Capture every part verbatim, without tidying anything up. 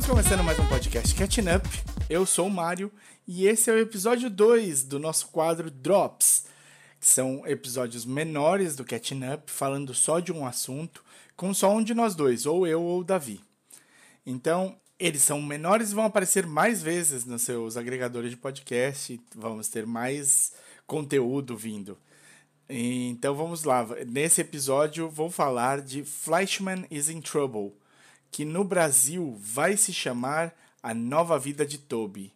Estamos começando mais um podcast Catching Up. Eu sou o Mário e esse é o episódio dois do nosso quadro Drops, que são episódios menores do Catching Up, falando só de um assunto, com só um de nós dois, ou eu ou o Davi. Então, eles são menores e vão aparecer mais vezes nos seus agregadores de podcast, vamos ter mais conteúdo vindo. Então vamos lá, nesse episódio vou falar de Fleischman is in Trouble, que no Brasil vai se chamar A Nova Vida de Toby.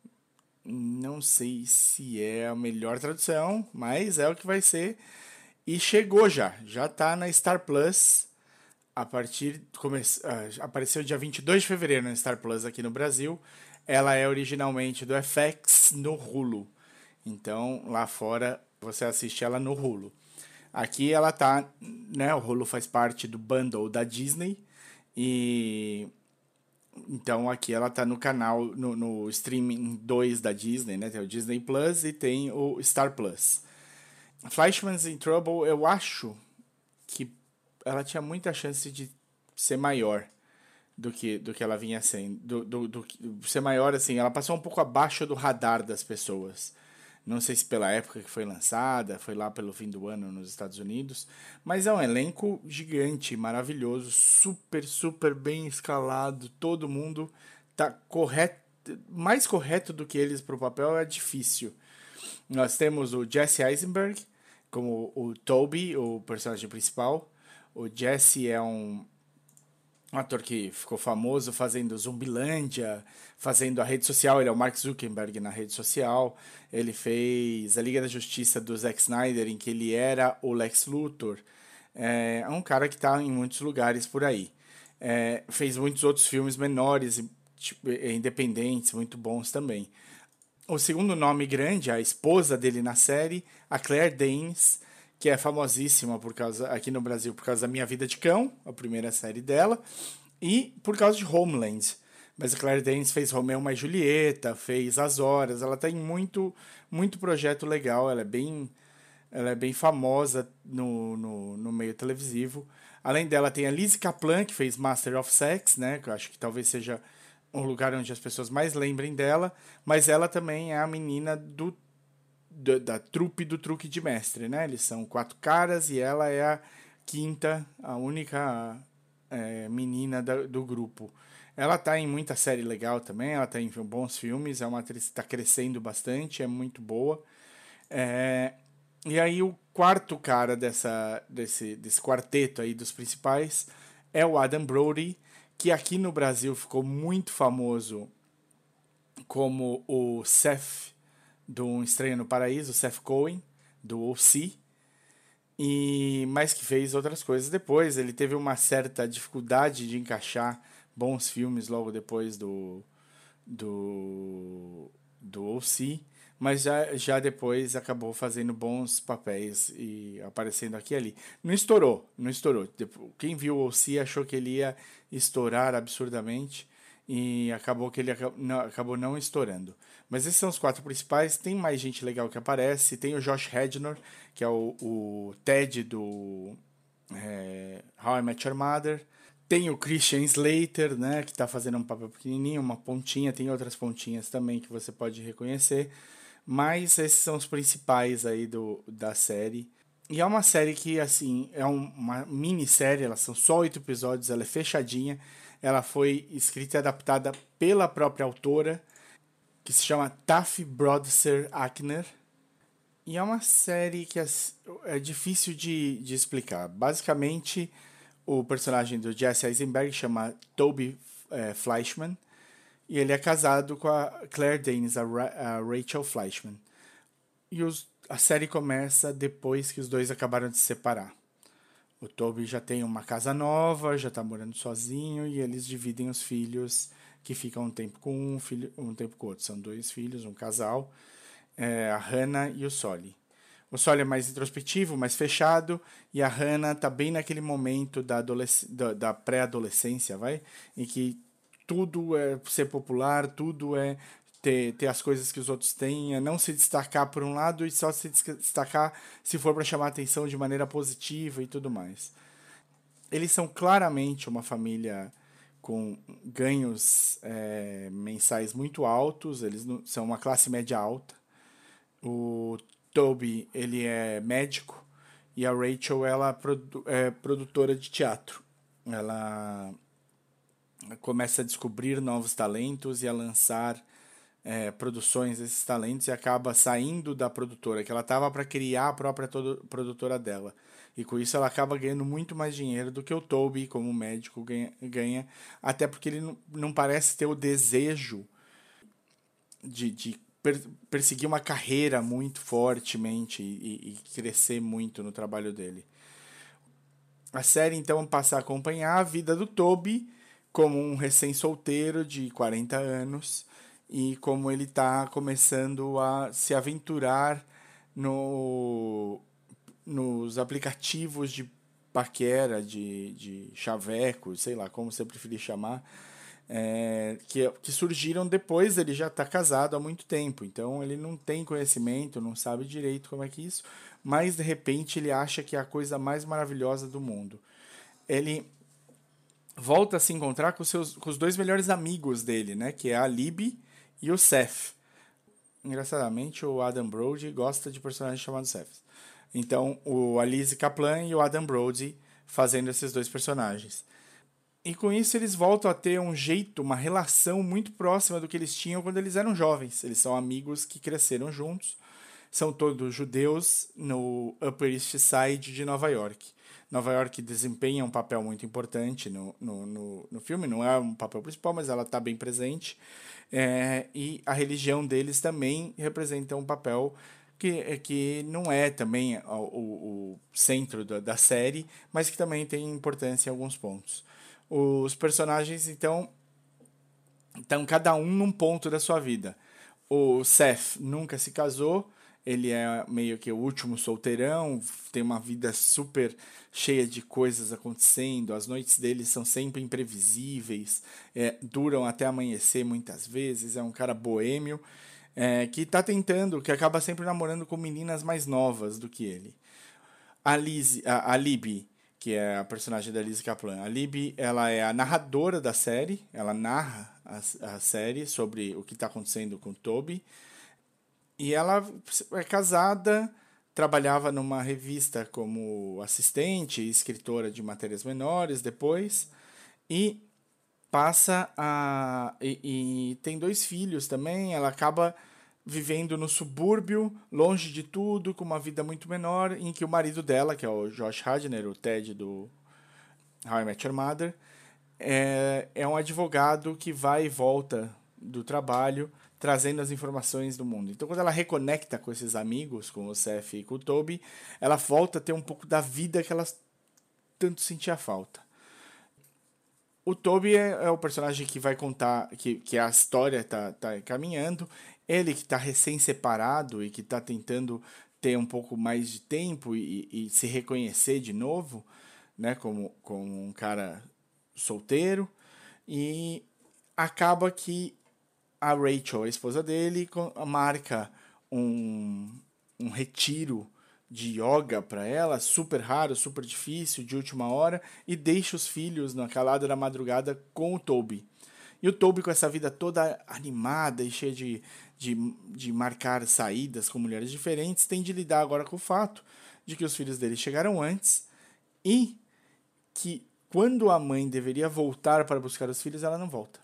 Não sei se é a melhor tradução, mas é o que vai ser. E chegou já, já está na Star Plus. A partir come... Apareceu dia vinte e dois de fevereiro na Star Plus aqui no Brasil. Ela é originalmente do F X no Hulu. Então lá fora você assiste ela no Hulu. Aqui ela tá, né, o Hulu faz parte do bundle da Disney. E então aqui ela tá no canal, no, no streaming dois da Disney, né? Tem o Disney Plus e tem o Star Plus. Fleischman's in Trouble, eu acho que ela tinha muita chance de ser maior do que, do que ela vinha sendo. Do, do, do, ser maior, assim, ela passou um pouco abaixo do radar das pessoas. Não sei se pela época que foi lançada, foi lá pelo fim do ano nos Estados Unidos, mas é um elenco gigante, maravilhoso, super, super bem escalado, todo mundo tá correto, mais correto do que eles pro papel é difícil. Nós temos o Jesse Eisenberg como o Toby, o personagem principal. O Jesse é um um ator que ficou famoso fazendo Zumbilândia, fazendo a rede social. Ele é o Mark Zuckerberg na rede social. Ele fez a Liga da Justiça do Zack Snyder, em que ele era o Lex Luthor. É um cara que está em muitos lugares por aí. É, fez muitos outros filmes menores, tipo, independentes, muito bons também. O segundo nome grande, a esposa dele na série, a Claire Danes, que é famosíssima por causa, aqui no Brasil por causa da Minha Vida de Cão, a primeira série dela, e por causa de Homeland. Mas a Claire Danes fez Romeo mais Julieta, fez As Horas, ela tem muito, muito projeto legal, ela é bem, ela é bem famosa no, no, no meio televisivo. Além dela tem a Lizzy Kaplan, que fez Master of Sex, né, que eu acho que talvez seja um lugar onde as pessoas mais lembrem dela, mas ela também é a menina do Da, da trupe do Truque de Mestre, né? Eles são quatro caras e ela é a quinta, a única é, menina da, do grupo. Ela tá em muita série legal também, ela tá em bons filmes, é uma atriz que tá crescendo bastante, é muito boa. É, e aí o quarto cara dessa, desse, desse quarteto aí dos principais é o Adam Brody, que aqui no Brasil ficou muito famoso como o Seth do Um Estranho no Paraíso, Seth Cohen, do O C, e, mas que fez outras coisas depois. Ele teve uma certa dificuldade de encaixar bons filmes logo depois do, do, do O C, mas já, já depois acabou fazendo bons papéis e aparecendo aqui e ali. Não estourou, não estourou. Quem viu o O C achou que ele ia estourar absurdamente, e acabou que ele acabou não estourando. Mas esses são os quatro principais. Tem mais gente legal que aparece. Tem o Josh Radnor, que é o, o Ted do é, How I Met Your Mother. Tem o Christian Slater, né, que está fazendo um papel pequenininho, uma pontinha. Tem outras pontinhas também que você pode reconhecer. Mas esses são os principais aí do, da série. E é uma série que, assim, é uma minissérie. Elas são só oito episódios, ela é fechadinha. Ela foi escrita e adaptada pela própria autora, que se chama Taffy Brodesser Akner. E é uma série que é, é difícil de, de explicar. Basicamente, o personagem do Jesse Eisenberg chama Toby é, Fleischman, e ele é casado com a Claire Danes, a, Ra a Rachel Fleischman. E os, a série começa depois que os dois acabaram de se separar. O Toby já tem uma casa nova, já está morando sozinho, e eles dividem os filhos, que ficam um tempo com um, filho, um tempo com o outro. São dois filhos, um casal, é, a Hannah e o Solly. O Solly é mais introspectivo, mais fechado, e a Hannah está bem naquele momento da, da, da pré-adolescência, vai? Em que tudo é ser popular, tudo é ter, ter as coisas que os outros têm, é não se destacar por um lado e só se destacar se for para chamar atenção de maneira positiva e tudo mais. Eles são claramente uma família com ganhos é, mensais muito altos, eles não, são uma classe média alta. O Toby, ele é médico, e a Rachel, ela produ- é produtora de teatro. Ela começa a descobrir novos talentos e a lançar é, produções desses talentos e acaba saindo da produtora, que ela estava para criar a própria todo, produtora dela. E com isso ela acaba ganhando muito mais dinheiro do que o Toby, como médico, ganha, ganha até porque ele não, não parece ter o desejo de, de per, perseguir uma carreira muito fortemente e, e crescer muito no trabalho dele. A série então passa a acompanhar a vida do Toby como um recém-solteiro de quarenta anos e como ele está começando a se aventurar no, nos aplicativos de paquera, de, de chaveco, sei lá, como você preferir chamar, é, que, que surgiram depois. Ele já está casado há muito tempo, então ele não tem conhecimento, não sabe direito como é que é isso, mas de repente ele acha que é a coisa mais maravilhosa do mundo. Ele volta a se encontrar com, seus, com os dois melhores amigos dele, né, que é a Libby e o Seth. Engraçadamente, o Adam Brody gosta de personagens chamados Seth. Então, o Alice Kaplan e o Adam Brody fazendo esses dois personagens. E com isso eles voltam a ter um jeito, uma relação muito próxima do que eles tinham quando eles eram jovens. Eles são amigos que cresceram juntos. São todos judeus no Upper East Side de Nova York. Nova York desempenha um papel muito importante no, no, no, no filme. Não é um papel principal, mas ela está bem presente. É, e a religião deles também representa um papel que, que não é também o, o, o centro da, da série, mas que também tem importância em alguns pontos. Os personagens, então, estão cada um num ponto da sua vida. O Seth nunca se casou, ele é meio que o último solteirão, tem uma vida super cheia de coisas acontecendo, as noites dele são sempre imprevisíveis, é, duram até amanhecer muitas vezes, é um cara boêmio, é, que está tentando, que acaba sempre namorando com meninas mais novas do que ele. A, Liz, a, a Libby, que é a personagem da Lizzie Kaplan. A Libby, ela é a narradora da série, ela narra a, a série sobre o que está acontecendo com o Toby. E ela é casada, trabalhava numa revista como assistente e escritora de matérias menores depois, e passa a... E, e tem dois filhos também, ela acaba vivendo no subúrbio, longe de tudo, com uma vida muito menor, em que o marido dela, que é o Josh Radnor, o Ted do How I Met Your Mother, é, é um advogado que vai e volta do trabalho, trazendo as informações do mundo. Então, quando ela reconecta com esses amigos, com o Seth e com o Toby, ela volta a ter um pouco da vida que ela tanto sentia falta. O Toby é, é o personagem que vai contar, que, que a história está tá caminhando. Ele que está recém-separado e que está tentando ter um pouco mais de tempo e, e se reconhecer de novo, né, como, como um cara solteiro. E acaba que a Rachel, a esposa dele, marca um, um retiro de yoga para ela, super raro, super difícil, de última hora, e deixa os filhos na calada da madrugada com o Toby. E o Toby, com essa vida toda animada e cheia de, de, de marcar saídas com mulheres diferentes, tem de lidar agora com o fato de que os filhos dele chegaram antes e que quando a mãe deveria voltar para buscar os filhos, ela não volta.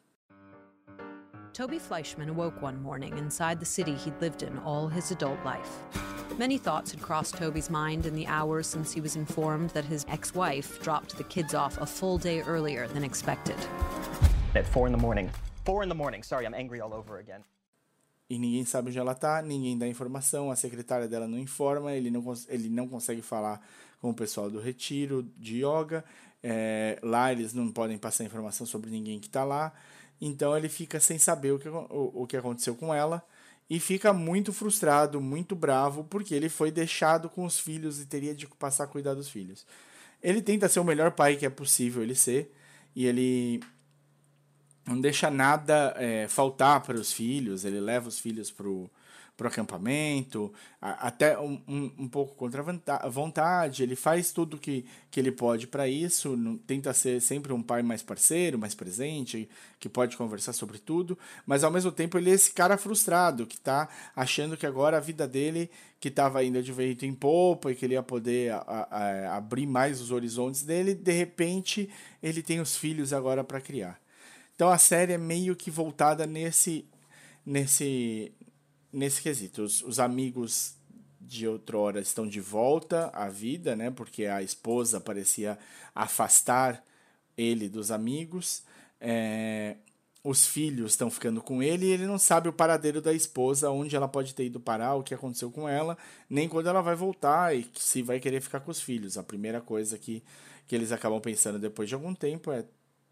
Toby Fleischman awoke one morning inside the city he'd lived in all his adult life. Many thoughts had crossed Toby's mind in the hours since he was informed that his ex-wife dropped the kids off a full day earlier than expected. At four in the morning. Four in the morning. Sorry, I'm angry all over again. E ninguém sabe onde ela tá, ninguém dá informação, a secretária dela não informa, ele não, ele não consegue falar com o pessoal do retiro de yoga, é, lá eles não podem passar informação sobre ninguém que tá lá, então ele fica sem saber o que, o, o que aconteceu com ela e fica muito frustrado, muito bravo, porque ele foi deixado com os filhos e teria de passar a cuidar dos filhos. Ele tenta ser o melhor pai que é possível ele ser, e ele não deixa nada é, faltar para os filhos, ele leva os filhos pro, pro acampamento, a, até um, um, um pouco contra a vontade. Ele faz tudo que, que ele pode para isso, não, tenta ser sempre um pai mais parceiro, mais presente, que pode conversar sobre tudo, mas ao mesmo tempo ele é esse cara frustrado, que está achando que agora a vida dele, que estava indo de vento em popa e que ele ia poder a, a, a, abrir mais os horizontes dele, de repente ele tem os filhos agora para criar. Então a série é meio que voltada nesse, nesse, nesse quesito. Os, os amigos de outrora estão de volta à vida, né? Porque a esposa parecia afastar ele dos amigos. É, os filhos estão ficando com ele e ele não sabe o paradeiro da esposa, onde ela pode ter ido parar, o que aconteceu com ela, nem quando ela vai voltar e se vai querer ficar com os filhos. A primeira coisa que, que eles acabam pensando depois de algum tempo é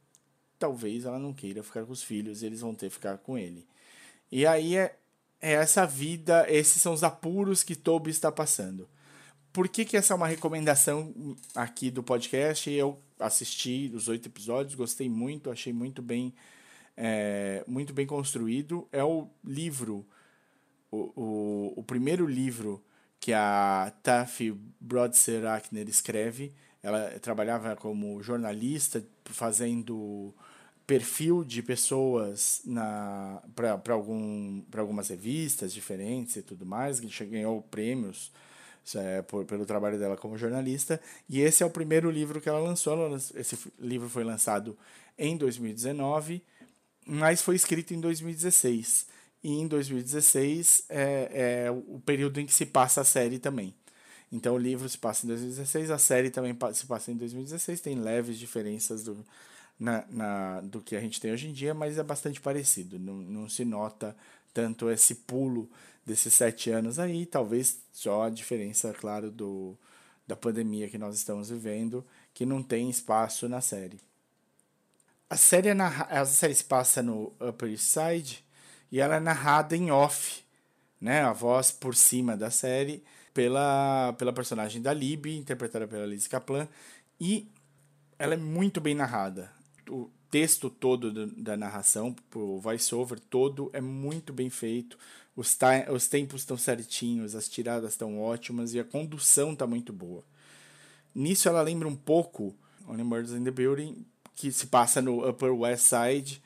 talvez ela não queira ficar com os filhos, eles vão ter que ficar com ele. E aí é, é essa vida, esses são os apuros que Toby está passando. Por que que essa é uma recomendação aqui do podcast? Eu assisti os oito episódios, gostei muito, achei muito bem, é, muito bem construído. É o livro, o, o, o primeiro livro que a Taffy Brodesser-Akner escreve. Ela trabalhava como jornalista, fazendo perfil de pessoas para algum, algumas revistas diferentes e tudo mais, que ganhou prêmios é, por, pelo trabalho dela como jornalista, e esse é o primeiro livro que ela lançou. Ela, esse livro foi lançado em dois mil e dezenove, mas foi escrito em dois mil e dezesseis, e em dois mil e dezesseis é, é o período em que se passa a série também. Então o livro se passa em dois mil e dezesseis, a série também se passa em dois mil e dezesseis, tem leves diferenças do, na, na, do que a gente tem hoje em dia, mas é bastante parecido, não, não se nota tanto esse pulo desses sete anos aí, talvez só a diferença, claro, do, da pandemia que nós estamos vivendo, que não tem espaço na série. A série, é narra- a série se passa no Upper East Side e ela é narrada em off, né? A voz por cima da série, pela, pela personagem da Libby, interpretada pela Lizzy Kaplan, e ela é muito bem narrada. O texto todo do, da narração, o voice-over todo, é muito bem feito, os, ta- os tempos estão certinhos, as tiradas estão ótimas e a condução está muito boa. Nisso ela lembra um pouco Only Murders in the Building, que se passa no Upper West Side,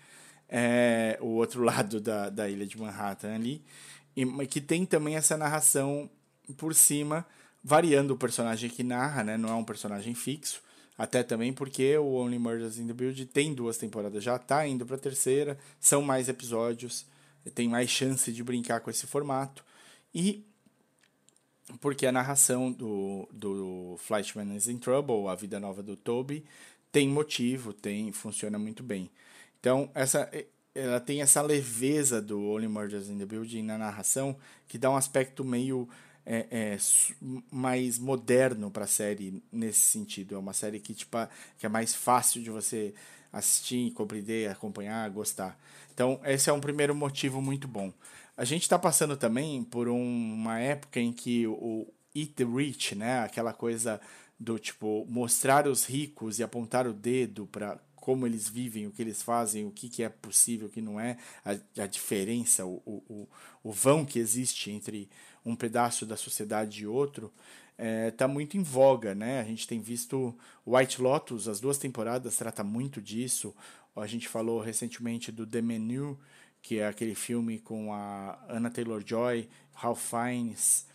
é, o outro lado da, da ilha de Manhattan ali, e que tem também essa narração por cima, variando o personagem que narra, né? Não é um personagem fixo, até também porque o Only Murders in the Building tem duas temporadas, já está indo para a terceira, são mais episódios, tem mais chance de brincar com esse formato, e porque a narração do, do Fleischman is in Trouble, a vida nova do Toby, tem motivo, tem, funciona muito bem. Então, essa, ela tem essa leveza do Only Murders in the Building na narração, que dá um aspecto meio é, é, mais moderno para a série nesse sentido. É uma série que, tipo, que é mais fácil de você assistir, compreender, acompanhar, gostar. Então, esse é um primeiro motivo muito bom. A gente está passando também por um, uma época em que o Eat the Rich, né, aquela coisa do tipo mostrar os ricos e apontar o dedo para como eles vivem, o que eles fazem, o que, que é possível, o que não é, a, a diferença, o, o, o vão que existe entre um pedaço da sociedade e outro, está é, muito em voga, né? A gente tem visto White Lotus, as duas temporadas trata muito disso. A gente falou recentemente do The Menu, que é aquele filme com a Anna Taylor-Joy, Ralph Fiennes,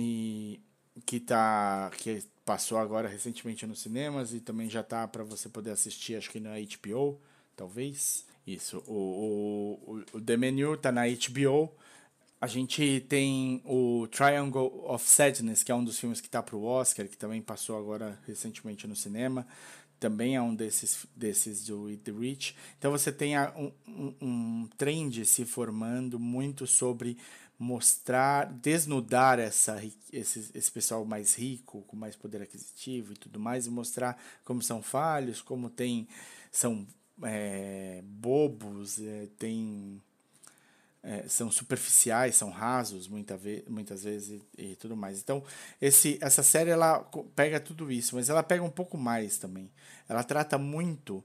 e que tá que passou agora recentemente nos cinemas e também já tá para você poder assistir, acho que na H B O, talvez. Isso, o, o, o The Menu tá na H B O. A gente tem o Triangle of Sadness, que é um dos filmes que tá pro Oscar, que também passou agora recentemente no cinema. Também é um desses, desses do Eat the Rich. Então você tem um, um, um trend se formando muito sobre mostrar, desnudar essa, esse, esse pessoal mais rico, com mais poder aquisitivo e tudo mais, e mostrar como são falhos, como tem, são é, bobos, é, tem, é, são superficiais, são rasos muita ve- muitas vezes e, e tudo mais. Então, esse, essa série ela pega tudo isso, mas ela pega um pouco mais também. Ela trata muito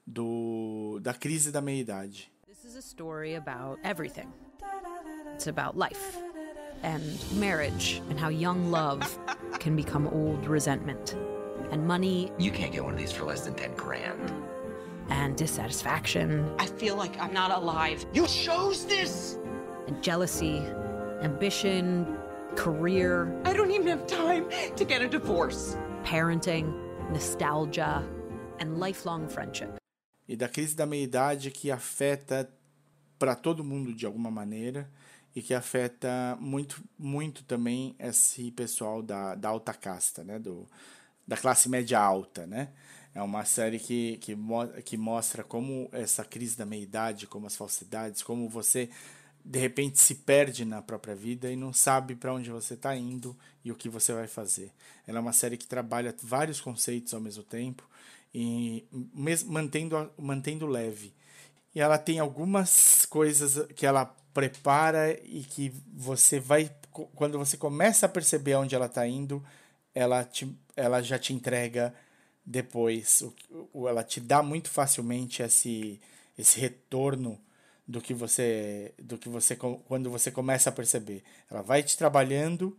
do, da crise da meia-idade. This is a story about everything. It's about life. and marriage, and how young love can become old resentment, and money. You can't get one of these for less than ten grand. And dissatisfaction. I feel like I'm not alive. You chose this! And jealousy, ambition, career. I don't even have time to get a divorce. Parenting, nostalgia, and lifelong friendship. E da crise da meia-idade que afeta para todo mundo de alguma maneira e que afeta muito, muito também esse pessoal da, da alta casta, né? Do, da classe média alta, né? É uma série que, que, que mostra como essa crise da meia-idade, como as falsidades, como você de repente se perde na própria vida e não sabe para onde você está indo e o que você vai fazer. Ela é uma série que trabalha vários conceitos ao mesmo tempo e mantendo, mantendo leve. E ela tem algumas coisas que ela prepara e que você vai, quando você começa a perceber onde ela está indo, ela, te, ela já te entrega depois, o, ela te dá muito facilmente esse, esse retorno do que você, do que você, quando você começa a perceber. Ela vai te trabalhando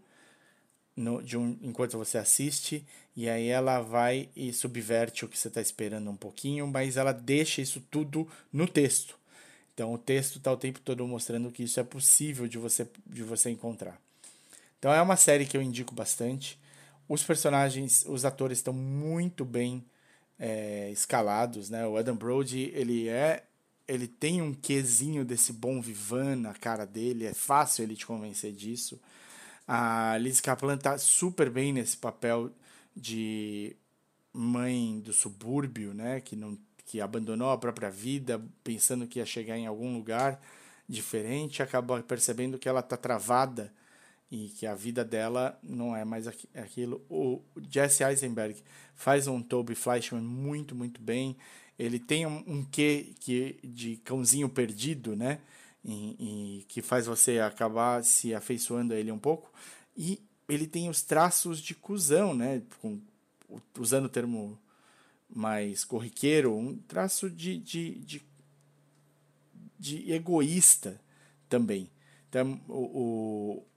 no, de um, enquanto você assiste, e aí ela vai e subverte o que você está esperando um pouquinho, mas ela deixa isso tudo no texto. Então o texto está o tempo todo mostrando que isso é possível de você, de você encontrar. Então é uma série que eu indico bastante. Os personagens, os atores estão muito bem é, escalados, né? O Adam Brody, ele é, ele tem um quezinho desse bom vivan na cara dele, é fácil ele te convencer disso. A Liz Kaplan tá super bem nesse papel de mãe do subúrbio, né? Que, não, que abandonou a própria vida pensando que ia chegar em algum lugar diferente, acaba percebendo que ela tá travada e que a vida dela não é mais aquilo. O Jesse Eisenberg faz um Toby Fleischman muito, muito bem. Ele tem um, um quê que, de cãozinho perdido, né? E, e que faz você acabar se afeiçoando a ele um pouco. E ele tem os traços de cuzão, né? Com, usando o termo mais corriqueiro, um traço de, de, de, de egoísta também. Então, o... o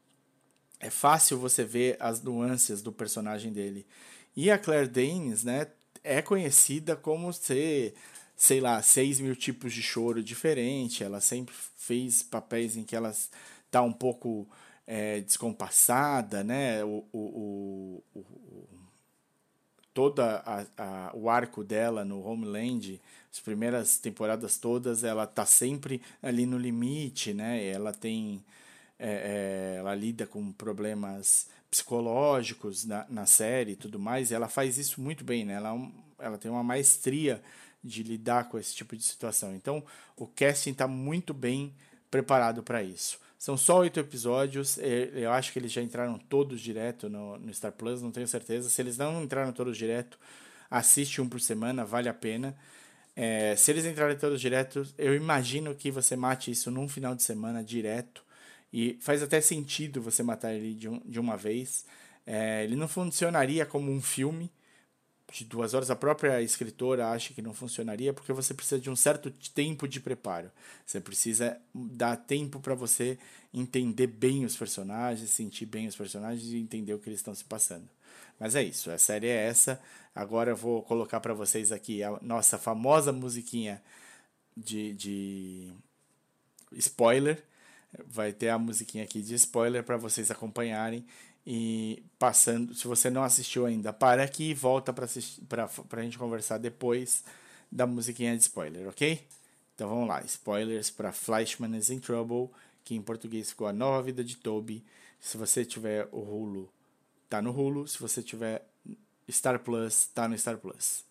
é fácil você ver as nuances do personagem dele. E a Claire Danes, né, é conhecida como ser, sei lá, seis mil tipos de choro diferente. Ela sempre fez papéis em que ela tá um pouco é, descompassada, né? O, o, o, o, toda a, a, o arco dela no Homeland, as primeiras temporadas todas, ela tá sempre ali no limite, né? Ela tem... É, é, ela lida com problemas psicológicos na, na série e tudo mais, e ela faz isso muito bem, né? Ela, ela tem uma maestria de lidar com esse tipo de situação. Então, o casting está muito bem preparado para isso. São só oito episódios, eu acho que eles já entraram todos direto no, no Star Plus, não tenho certeza. Se eles não entraram todos direto, assiste um por semana, vale a pena. É, se eles entrarem todos direto, eu imagino que você mate isso num final de semana direto. E faz até sentido você matar ele de, um, de uma vez. É, ele não funcionaria como um filme de duas horas. A própria escritora acha que não funcionaria porque você precisa de um certo tempo de preparo. Você precisa dar tempo para você entender bem os personagens, sentir bem os personagens e entender o que eles estão se passando. Mas é isso, a série é essa. Agora eu vou colocar para vocês aqui a nossa famosa musiquinha de, de spoiler. Vai ter a musiquinha aqui de spoiler para vocês acompanharem e passando. Se você não assistiu ainda, para aqui e volta para a gente conversar depois da musiquinha de spoiler, ok? Então vamos lá, spoilers para Fleischman is in Trouble, que em português ficou A Nova Vida de Toby. Se você tiver o Hulu, tá no Hulu. Se você tiver Star Plus, tá no Star Plus.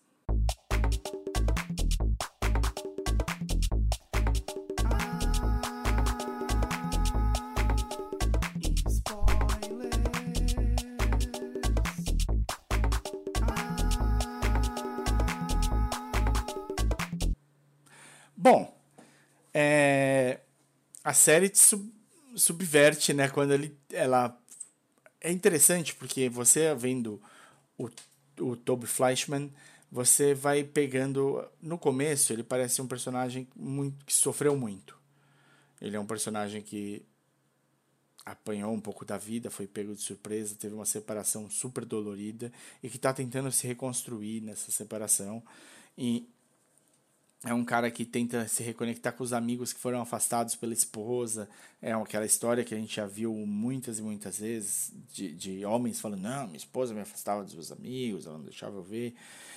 Bom, é, a série te sub, subverte, né? Quando ele, ela é interessante porque você vendo o, o Toby Fleischman, você vai pegando. No começo, ele parece um personagem muito, que sofreu muito. Ele é um personagem que apanhou um pouco da vida, foi pego de surpresa, teve uma separação super dolorida e que está tentando se reconstruir nessa separação. E é um cara que tenta se reconectar com os amigos que foram afastados pela esposa. É aquela história que a gente já viu muitas e muitas vezes, de, de homens falando, não, minha esposa me afastava dos meus amigos, ela não deixava eu ver.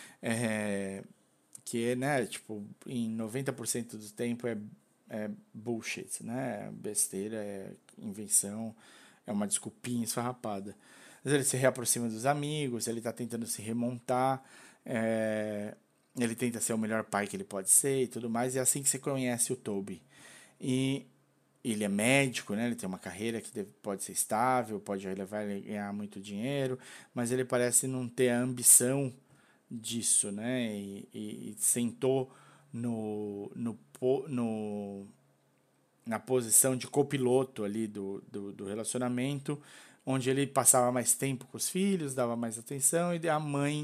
É, que, né, tipo, em noventa por cento do tempo é, é bullshit, né? É besteira, é invenção, é uma desculpinha esfarrapada. Mas ele se reaproxima dos amigos, ele tá tentando se remontar, é, ele tenta ser o melhor pai que ele pode ser e tudo mais, e é assim que você conhece o Toby. E ele é médico, né? Ele tem uma carreira que deve, pode ser estável, pode levar ele a ganhar muito dinheiro, mas ele parece não ter a ambição disso, né? E, e, e sentou no, no, no, na posição de copiloto ali do, do, do relacionamento, onde ele passava mais tempo com os filhos, dava mais atenção, e a mãe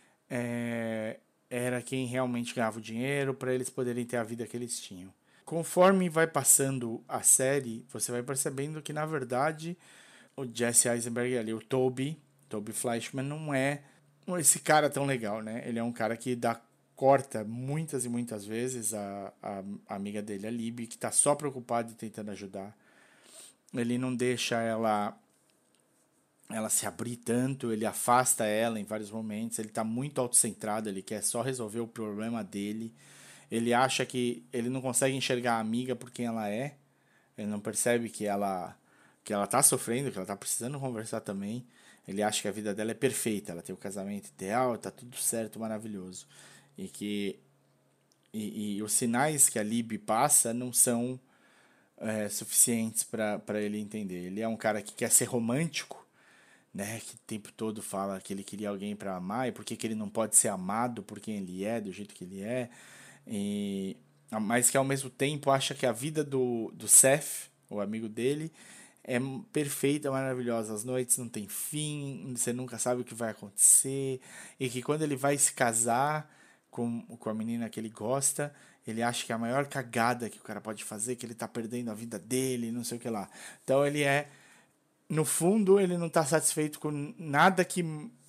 é, era quem realmente ganhava o dinheiro para eles poderem ter a vida que eles tinham. Conforme vai passando a série, você vai percebendo que, na verdade, o Jesse Eisenberg ali, o Toby, Toby Fleischman, não é esse cara tão legal, né? Ele é um cara que dá, corta muitas e muitas vezes a, a, a amiga dele, a Libby, que tá só preocupada e tentando ajudar. Ele não deixa ela, ela se abrir tanto, ele afasta ela em vários momentos, ele tá muito autocentrado, ele quer só resolver o problema dele. Ele acha que ele não consegue enxergar a amiga por quem ela é, ele não percebe que ela, que ela tá sofrendo, que ela tá precisando conversar também. Ele acha que a vida dela é perfeita, ela tem o casamento ideal, tá tudo certo, maravilhoso. E que e, e os sinais que a Libby passa não são é, suficientes para ele entender. Ele é um cara que quer ser romântico, né? Que o tempo todo fala que ele queria alguém para amar, e por que, que ele não pode ser amado por quem ele é, do jeito que ele é. E, mas que ao mesmo tempo acha que a vida do, do Seth, o amigo dele, é perfeita, maravilhosa. As noites não tem fim, você nunca sabe o que vai acontecer. E que quando ele vai se casar com, com a menina que ele gosta, ele acha que é a maior cagada que o cara pode fazer, que ele tá perdendo a vida dele, não sei o que lá. Então ele é, no fundo, ele não tá satisfeito com nada que,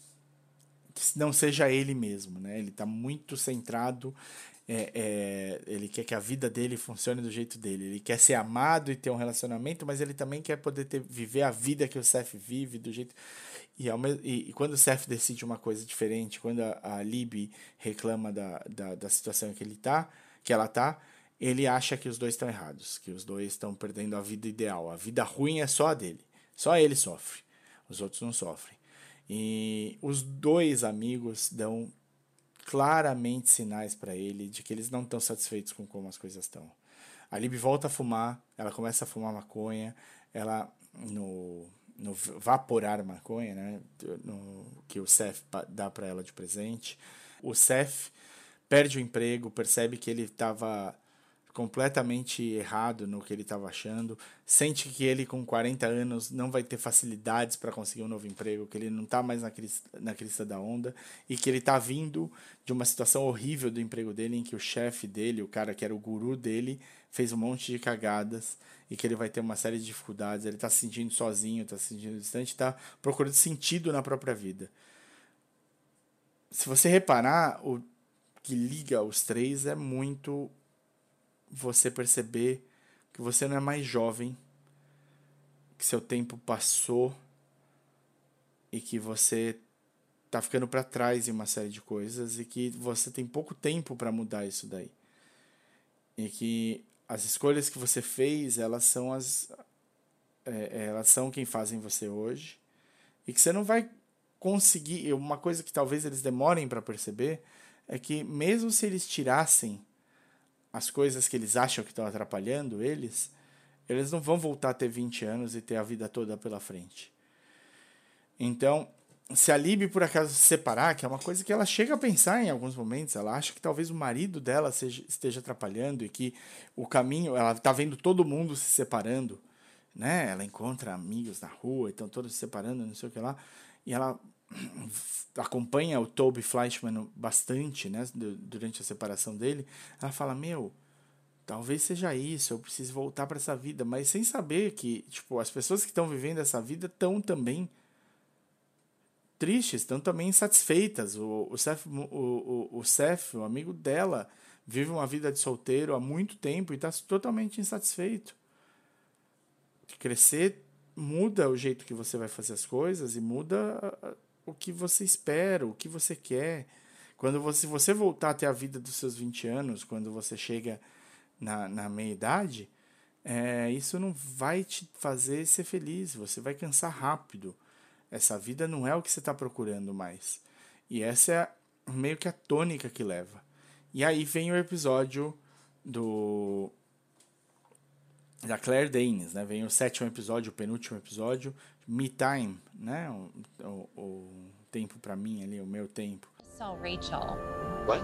que não seja ele mesmo, né? Ele tá muito centrado. É, é, ele quer que a vida dele funcione do jeito dele. Ele quer ser amado e ter um relacionamento, mas ele também quer poder ter, viver a vida que o Seth vive do jeito. E, ao mesmo, e, e quando o Seth decide uma coisa diferente, quando a, a Libby reclama da, da, da situação que ele tá, que ela tá, ele acha que os dois estão errados, que os dois estão perdendo a vida ideal. A vida ruim é só a dele. Só ele sofre. Os outros não sofrem. E os dois amigos dão claramente sinais para ele de que eles não estão satisfeitos com como as coisas estão. A Libby volta a fumar, ela começa a fumar maconha, ela no, no vaporar maconha, né, no, que o Seth dá para ela de presente. O Seth perde o emprego, percebe que ele estava completamente errado no que ele estava achando, sente que ele com quarenta anos não vai ter facilidades para conseguir um novo emprego, que ele não está mais na crista, na crista da onda, e que ele está vindo de uma situação horrível do emprego dele, em que o chefe dele, o cara que era o guru dele, fez um monte de cagadas, e que ele vai ter uma série de dificuldades, ele está se sentindo sozinho, está se sentindo distante, está procurando sentido na própria vida. Se você reparar, o que liga os três é muito você perceber que você não é mais jovem, que seu tempo passou e que você tá ficando para trás em uma série de coisas e que você tem pouco tempo para mudar isso daí. E que as escolhas que você fez, elas são as é, elas são quem fazem você hoje, e que você não vai conseguir. Uma coisa que talvez eles demorem para perceber é que mesmo se eles tirassem as coisas que eles acham que estão atrapalhando eles, eles não vão voltar a ter vinte anos e ter a vida toda pela frente. Então, se a Libby por acaso se separar, que é uma coisa que ela chega a pensar em alguns momentos, ela acha que talvez o marido dela seja, esteja atrapalhando, e que o caminho, ela está vendo todo mundo se separando, né? Ela encontra amigos na rua, estão todos se separando, não sei o que lá, e ela acompanha o Toby Fleischman bastante, né, durante a separação dele. Ela fala, meu, talvez seja isso, eu preciso voltar para essa vida, mas sem saber que, tipo, as pessoas que estão vivendo essa vida estão também tristes, estão também insatisfeitas. O, o, Seth, o, o, o Seth, o amigo dela, vive uma vida de solteiro há muito tempo e está totalmente insatisfeito. Crescer muda o jeito que você vai fazer as coisas e muda o que você espera, o que você quer. Quando você, você voltar a ter a vida dos seus vinte anos, quando você chega na, na meia-idade, é, isso não vai te fazer ser feliz, você vai cansar rápido. Essa vida não é o que você está procurando mais. E essa é meio que a tônica que leva. E aí vem o episódio do da Claire Danes, né? Vem o sétimo episódio, o penúltimo episódio, Me Time, né? O, o, o tempo para mim ali, o meu tempo. Saw Rachel. What?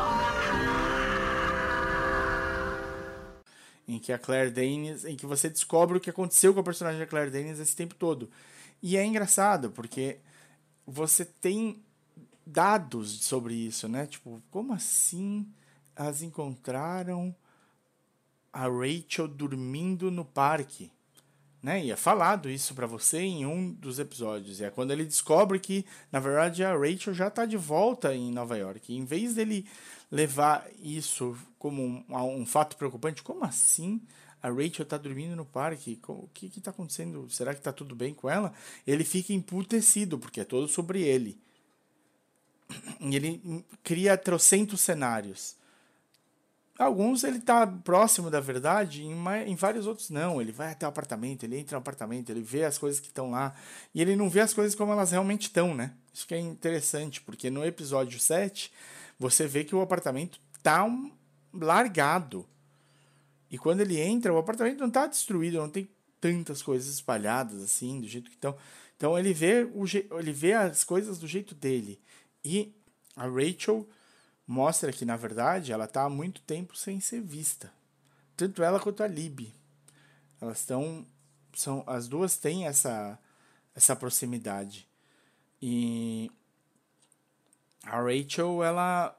Em que a Claire Danes, em que você descobre o que aconteceu com a personagem da Claire Danes esse tempo todo. E é engraçado, porque você tem dados sobre isso, né? Tipo, como assim elas encontraram a Rachel dormindo no parque? Né? E é falado isso pra você em um dos episódios. E é quando ele descobre que, na verdade, a Rachel já tá de volta em Nova York. E em vez dele levar isso como um, um fato preocupante, como assim a Rachel tá dormindo no parque? O que que tá acontecendo? Será que tá tudo bem com ela? Ele fica emputecido, porque é todo sobre ele. E ele cria trocentos cenários. Alguns ele tá próximo da verdade, em, em vários outros não. Ele vai até o apartamento, ele entra no apartamento, ele vê as coisas que estão lá. E ele não vê as coisas como elas realmente estão, né? Isso que é interessante, porque no episódio sete, você vê que o apartamento tá um, largado. E quando ele entra, o apartamento não tá destruído, não tem tantas coisas espalhadas assim, do jeito que estão. Então ele vê, o, ele vê as coisas do jeito dele. E a Rachel mostra que, na verdade, ela está há muito tempo sem ser vista. Tanto ela quanto a Libby. Elas estão... São, as duas têm essa, essa proximidade. E a Rachel, ela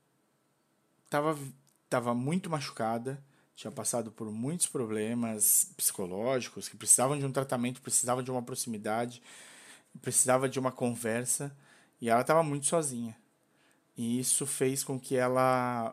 estava tava muito machucada, tinha passado por muitos problemas psicológicos, que precisavam de um tratamento, precisavam de uma proximidade, precisava de uma conversa, e ela estava muito sozinha. E isso fez com que ela,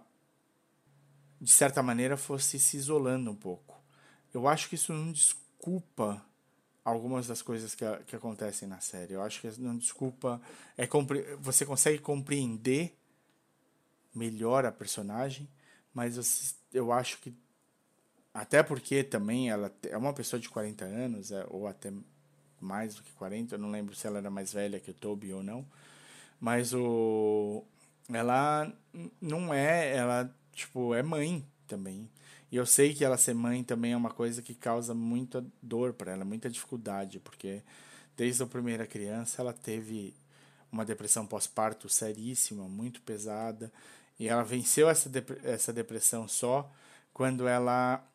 de certa maneira, fosse se isolando um pouco. Eu acho que isso não desculpa algumas das coisas que, que acontecem na série. Eu acho que não desculpa... É, você consegue compreender melhor a personagem, mas você, eu acho que... Até porque também ela é uma pessoa de quarenta anos, ou até mais do que quarenta, eu não lembro se ela era mais velha que o Toby ou não. Mas o... ela não é, ela, tipo, é mãe também. E eu sei que ela ser mãe também é uma coisa que causa muita dor para ela, muita dificuldade, porque desde a primeira criança ela teve uma depressão pós-parto seríssima, muito pesada, e ela venceu essa, dep- essa depressão só quando ela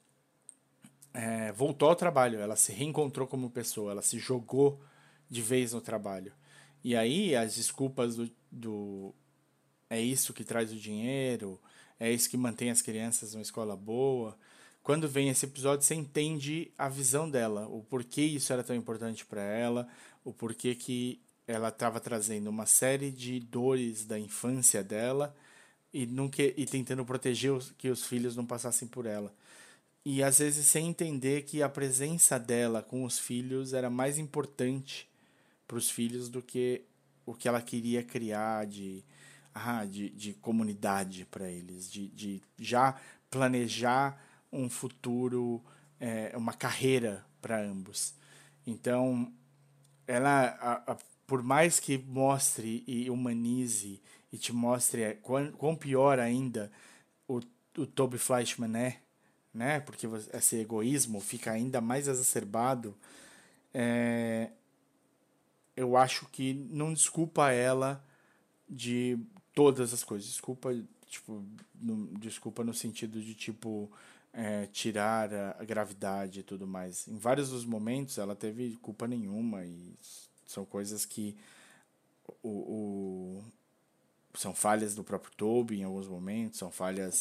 é, voltou ao trabalho, ela se reencontrou como pessoa, ela se jogou de vez no trabalho. E aí as desculpas do, do é isso que traz o dinheiro, é isso que mantém as crianças numa escola boa. Quando vem esse episódio, você entende a visão dela, o porquê isso era tão importante para ela, o porquê que ela estava trazendo uma série de dores da infância dela e, não que, e tentando proteger os, que os filhos não passassem por ela. E às vezes sem entender que a presença dela com os filhos era mais importante para os filhos do que o que ela queria criar de, ah, de, de comunidade para eles, de, de já planejar um futuro, é, uma carreira para ambos. Então, ela, a, a, por mais que mostre e humanize e te mostre é, quão, quão pior ainda o, o Toby Fleischman é, né? Porque esse egoísmo fica ainda mais exacerbado, é, eu acho que não desculpa ela de todas as coisas. Desculpa, tipo, no, desculpa no sentido de, tipo, é, tirar a, a gravidade e tudo mais. Em vários dos momentos ela teve culpa nenhuma e são coisas que o, o, são falhas do próprio Toby em alguns momentos, são falhas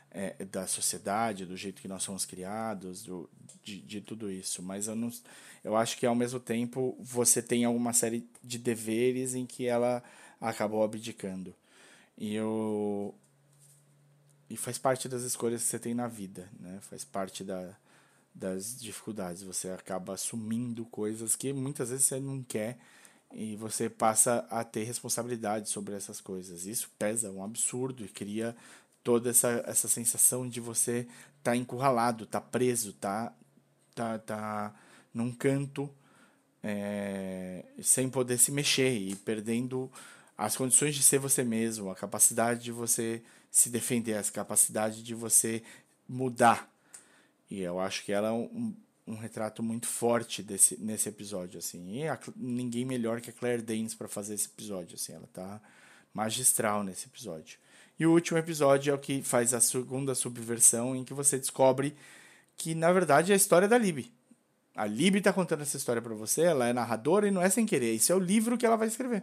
é, da sociedade, do jeito que nós somos criados, do, de, de tudo isso. Mas eu, não, eu acho que, ao mesmo tempo, você tem alguma série de deveres em que ela acabou abdicando. E, eu, e faz parte das escolhas que você tem na vida, né? Faz parte da, das dificuldades. Você acaba assumindo coisas que muitas vezes você não quer, e você passa a ter responsabilidade sobre essas coisas. Isso pesa um absurdo e cria toda essa, essa sensação de você estar tá encurralado, estar tá preso, tá, tá, tá num canto, é, sem poder se mexer e perdendo as condições de ser você mesmo, a capacidade de você se defender, a capacidade de você mudar. E eu acho que ela é um, um retrato muito forte desse, nesse episódio, assim. E a, ninguém melhor que a Claire Danes para fazer esse episódio, assim. Ela tá magistral nesse episódio. E o último episódio é o que faz a segunda subversão, em que você descobre que, na verdade, é a história da Libby. A Libby tá contando essa história para você, ela é narradora e não é sem querer. Esse é o livro que ela vai escrever.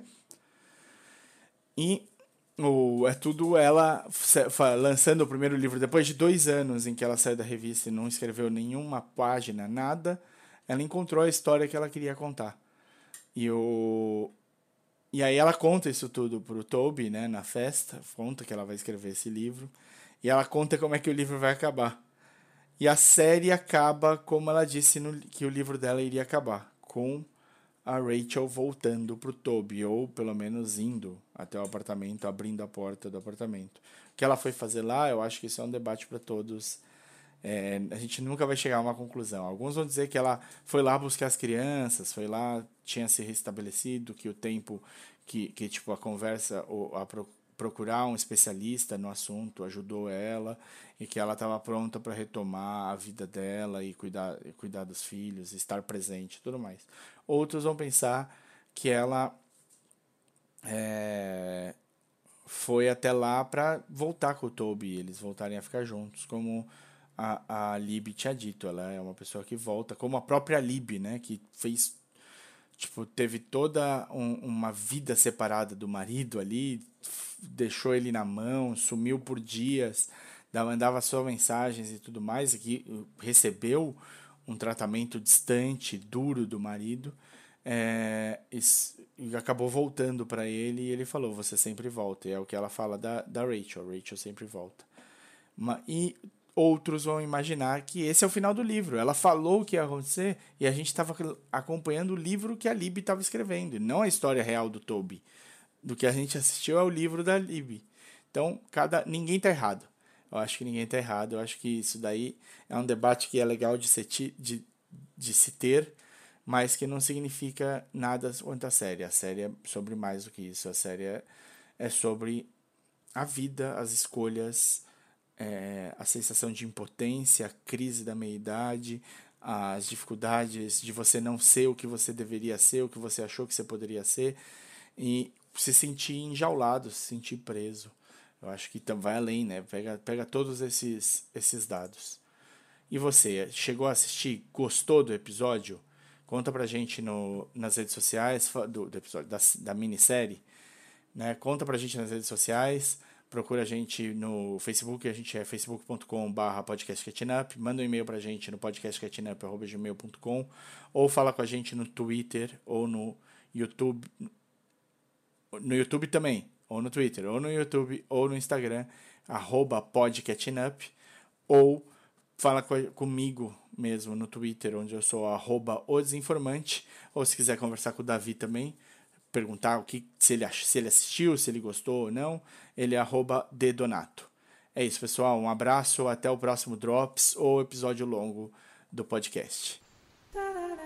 E o, é tudo ela lançando o primeiro livro depois de dois anos em que ela saiu da revista e não escreveu nenhuma página, nada. Ela encontrou a história que ela queria contar. E, o, e aí ela conta isso tudo pro Toby, né, na festa. Conta que ela vai escrever esse livro. E ela conta como é que o livro vai acabar. E a série acaba como ela disse no, que o livro dela iria acabar. Com a Rachel voltando pro Toby, ou pelo menos indo até o apartamento, abrindo a porta do apartamento. O que ela foi fazer lá, eu acho que isso é um debate para todos. É, a gente nunca vai chegar a uma conclusão. Alguns vão dizer que ela foi lá buscar as crianças, foi lá, tinha se restabelecido, que o tempo, que, que tipo, a conversa, ou a pro, procurar um especialista no assunto ajudou ela, e que ela estava pronta para retomar a vida dela e cuidar, e cuidar dos filhos, estar presente e tudo mais. Outros vão pensar que ela é, foi até lá para voltar com o Toby e eles voltarem a ficar juntos, como a, a Libby tinha dito. Ela é uma pessoa que volta, como a própria Libby, né, que fez, tipo, teve toda um, uma vida separada do marido ali, deixou ele na mão, sumiu por dias, mandava só mensagens e tudo mais, e que recebeu um tratamento distante, duro do marido, é, e, e acabou voltando para ele, e ele falou, você sempre volta. E é o que ela fala da, da Rachel, a Rachel sempre volta. Uma, e outros vão imaginar que esse é o final do livro. Ela falou o que ia acontecer, e a gente estava acompanhando o livro que a Libby estava escrevendo, não a história real do Toby. Do que a gente assistiu é o livro da Libby. Então, cada, ninguém está errado. Eu acho que ninguém está errado. Eu acho que isso daí é um debate que é legal de se, de, de se ter, mas que não significa nada quanto à série. A série é sobre mais do que isso. A série é, é sobre a vida, as escolhas, é, a sensação de impotência, a crise da meia-idade, as dificuldades de você não ser o que você deveria ser, o que você achou que você poderia ser, e se sentir enjaulado, se sentir preso. Eu acho que vai além, né? Pega, pega todos esses, esses dados. E você, chegou a assistir? Gostou do episódio? Conta pra gente no, nas redes sociais do, do episódio, da, da minissérie. Né? Conta pra gente nas redes sociais. Procura a gente no Facebook, a gente é facebook ponto com barra podcast catching up. Manda um e-mail pra gente no podcast catching up arroba gmail ponto com, ou fala com a gente no Twitter ou no YouTube. No YouTube também, ou no Twitter, ou no YouTube, ou no Instagram, arroba podcatchingup, ou fala co- comigo mesmo no Twitter, onde eu sou arroba o desinformante, ou se quiser conversar com o Davi também, perguntar o que, se, ele, se ele assistiu, se ele gostou ou não, ele é arroba dedonato. É isso, pessoal, um abraço, até o próximo Drops ou episódio longo do podcast.